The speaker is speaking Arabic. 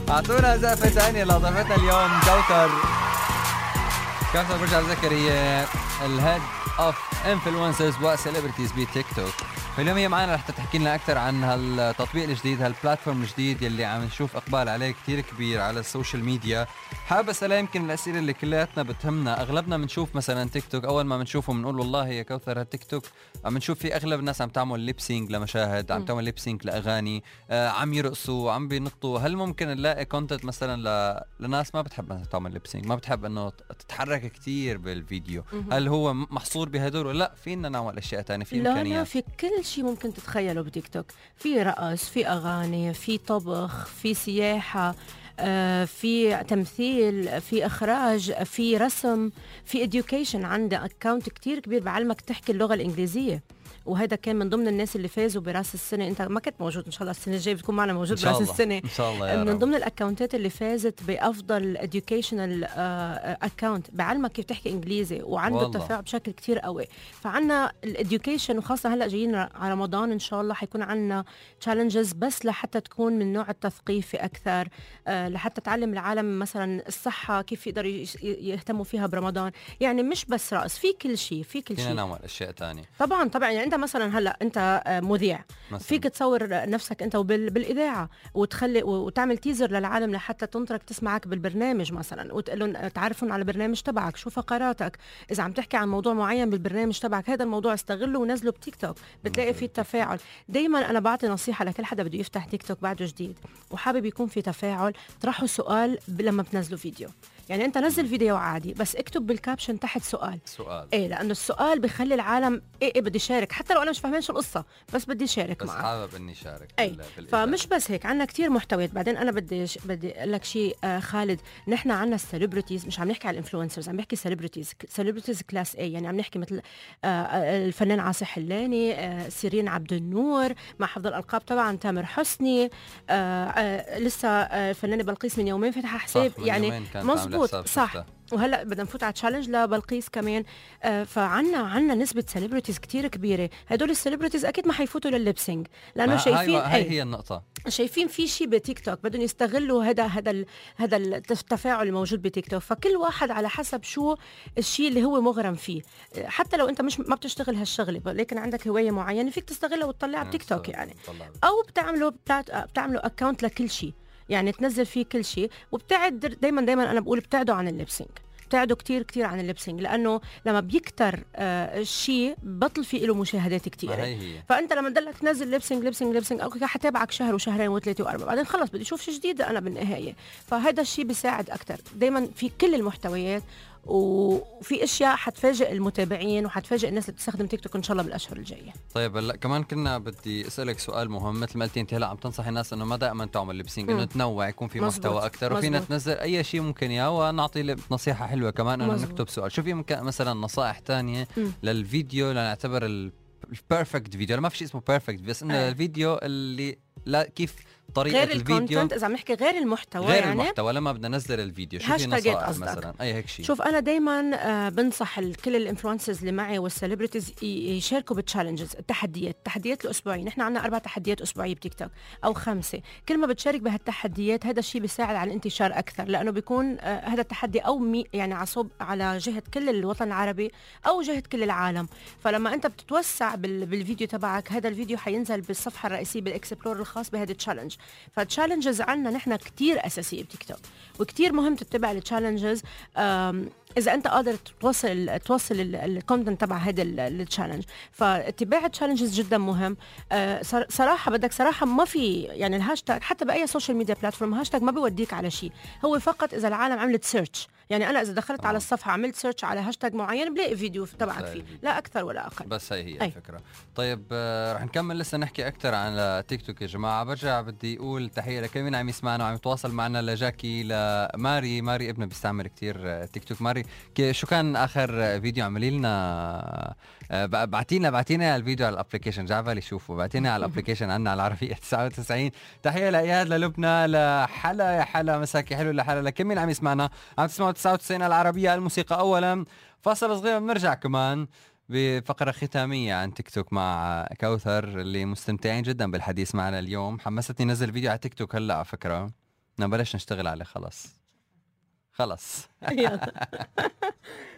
اعطونا زقفة ثانية لضيفتنا اليوم كوثر برجع زكريا، الهيد اوف انفلونسرز وسيلبرتيز بتيك توك. فاليوم هي معنا رح تحكي لنا اكثر عن هالتطبيق الجديد، هالبلاتفورم الجديد اللي عم نشوف اقبال عليه كتير كبير على السوشيال ميديا. حابب اسالها يمكن الاسئله اللي كلياتنا بتهمنا. اغلبنا بنشوف مثلا تيك توك، اول ما بنشوفه بنقول والله يا كوثر هالتيك توك عم نشوف في اغلب الناس عم تعمل ليبسينج لمشاهد، عم تعمل ليبسينج لاغاني، عم يرقصوا، عم بينطوا. هل ممكن نلاقي كونتنت مثلا لناس ما بتحب تعمل ليبسينج، ما بتحب انه تتحرك كتير بالفيديو؟ هل هو محصور بهدول ولا لا فينا نعمل اشياء تانية؟ في امكانيات؟ لا، في كل شيء ممكن تتخيله بتيك توك. في رقص، في اغاني، في طبخ، في سياحه، في تمثيل، في اخراج، في رسم، في education. عندي اكاونت كتير كبير بعلمك تحكي اللغه الانجليزيه، وهذا كان من ضمن الناس اللي فازوا براس السنه. انت ما كنت موجود، ان شاء الله السنه الجايه بتكون معنا موجود براس السنه ان شاء الله. من ضمن الاكونتات اللي فازت بافضل educational اكونت بعلمك كيف تحكي انجليزي، وعنده التفاعل بشكل كتير قوي. فعنا الاديوكيشن، وخاصه هلا جايين على رمضان ان شاء الله حيكون عنا تشالنجز بس لحتى تكون من نوع التثقيفي اكثر، لحتى تعلم العالم مثلا الصحه كيف يقدروا يهتموا فيها برمضان. يعني مش بس رقص، في كل شيء، في كل شيء. فينا نعمل اشياء تانية طبعا يعني انت مثلا هلا انت مذيع مثلاً. فيك تصور نفسك انت بالاذاعه وتخلي وتعمل تيزر للعالم لحتى تنطرك تسمعك بالبرنامج مثلا، وتقول لهم تعرفون على البرنامج تبعك، شو فقراتك، اذا عم تحكي عن موضوع معين بالبرنامج تبعك هذا الموضوع استغله ونزله بتيك توك، بتلاقي فيه التفاعل. دايما انا بعطي نصيحه لكل حدا بده يفتح تيك توك بعده جديد وحابب يكون في تفاعل، طرحوا سؤال لما بتنزلوا فيديو. يعني انت نزل فيديو عادي بس اكتب بالكابشن تحت سؤال. ايه، لانه السؤال بخلي العالم ايه بدي شارك، حتى لو انا مش فاهمين شو القصه بس بدي شارك معك، بس حابب اني شارك. اي فمش بس هيك، عنا كتير محتويات. بعدين انا بدي اقول لك شيء خالد، نحن عنا السليبرتيز، مش عم نحكي على الانفلونسرز، عم نحكي سليبرتيز كلاس اي. يعني عم نحكي مثل الفنان عاصي حلاني، سيرين عبد النور، مع حفظ الالقاب طبعا تامر حسني، لسه الفنانه بلقيس من يومين فتح حساب، يعني مزبوط صح. وهلا بدنا نفوت على تشالنج لبلقيس كمان. فعنا نسبه سيلبرتيز كتير كبيره. هدول السيلبرتيز اكيد ما حيفوتوا للليبسينج، لانه شايفين هي النقطه، شايفين في شيء بتيك توك بدهم يستغلوا هذا التفاعل الموجود بتيك توك. فكل واحد على حسب شو الشيء اللي هو مغرم فيه. حتى لو انت ما بتشتغل هالشغله لكن عندك هوايه معينه فيك تستغلها وتطلعها بتيك توك يعني، او بتعملوا اكونت لكل شيء، يعني تنزل فيه كل شيء. وبتعد دايما انا بقول ابتعدوا عن الليبسينج، ابتعدوا كتير عن الليبسينج، لانه لما بيكتر الشيء بطل فيه له مشاهدات كتير. فانت لما تضلك تنزل ليبسينج اوكي حتابعك شهر وشهرين وثلاثه واربعه، بعدين خلص بدي اشوف شيء جديد انا بالنهايه. فهذا الشيء بيساعد اكتر دايما في كل المحتويات، وفي اشياء حتفاجئ المتابعين وحتفاجئ الناس اللي بتستخدم تيك توك ان شاء الله بالاشهر الجايه. طيب هلا كمان كنا بدي اسالك سؤال مهم. مثل ما قلتي انت هلا عم تنصحي الناس انه ما دائما تعمل ليبسينج، انه تنوع، يكون في محتوى اكثر، وفينا تنزل اي شيء ممكن اياه. ونعطي نصيحه حلوه كمان انه نكتب سؤال. شو في مثلا نصائح تانية للفيديو لنعتبر البيرفكت فيديو؟ ما في شيء اسمه بيرفكت، بس انه الفيديو اللي لا كيف طريقه غير الفيديو، اذا عم نحكي غير المحتوى، يعني المحتوى لما بدنا ننزل الفيديو شو في نصائح مثلا اي هيك شيء؟ شوف انا دائما بنصح كل الانفلونسرز اللي معي والسليبرتيز يشاركوا بالتشالنجز، التحديات الاسبوعيه. نحن عندنا 4 تحديات اسبوعيه بتيك توك او 5. كل ما بتشارك بهالتحديات هذا الشيء بيساعد على الانتشار اكثر، لانه بيكون هذا التحدي او يعني عصب على جهه كل الوطن العربي او جهه كل العالم. فلما انت بتتوسع بالفيديو تبعك، هذا الفيديو حينزل بالصفحه الرئيسيه بالاكسبلور الخاص بهذا التشالنج. فالتشالنجز عنا نحن كتير أساسية بتيك توك، وكتير مهم تتبع التشالنجز إذا أنت قادر توصل الكونتنت تبع هذا التشالنج. فاتباع التشالنجز جدا مهم. صراحة ما في يعني الهاشتاج حتى بأي سوشيال ميديا بلاتفورم، هاشتاج ما بيوديك على شيء، هو فقط إذا العالم عملت سيرش. يعني أنا إذا دخلت على الصفحة عملت سيرش على هاشتاج معين بلاقي فيديو تبعك فيه، لا أكثر ولا أقل. بس هي الفكرة. طيب رح نكمل لسه نحكي أكثر عن تيك توك يا جماعة. برجع بدي أقول تحية لكل مين عم يسمعنا وعم يتواصل معنا، لجاكي، لماري ابنه بيستعمل كتير تيك توك. ماري شو كان آخر فيديو عملي لنا؟ بعتينا الفيديو على الابليكيشن، جعبالي شوفوا، بعتينا على الابليكيشن عنا على العربية 99. تحية لإياد، للبنى، لحلا، يا حلا مساكي حلو، لحلا، لكل مين عم يسمعنا. عم تسمعوا 99 العربية، الموسيقى أولا. فاصل صغير بنرجع كمان بفقرة ختامية عن تيك توك مع كوثر، اللي مستمتعين جدا بالحديث معنا اليوم. حمستني نزل فيديو على تيك توك هلا على فكرة، بلاش نشتغل عليه خلص. يلا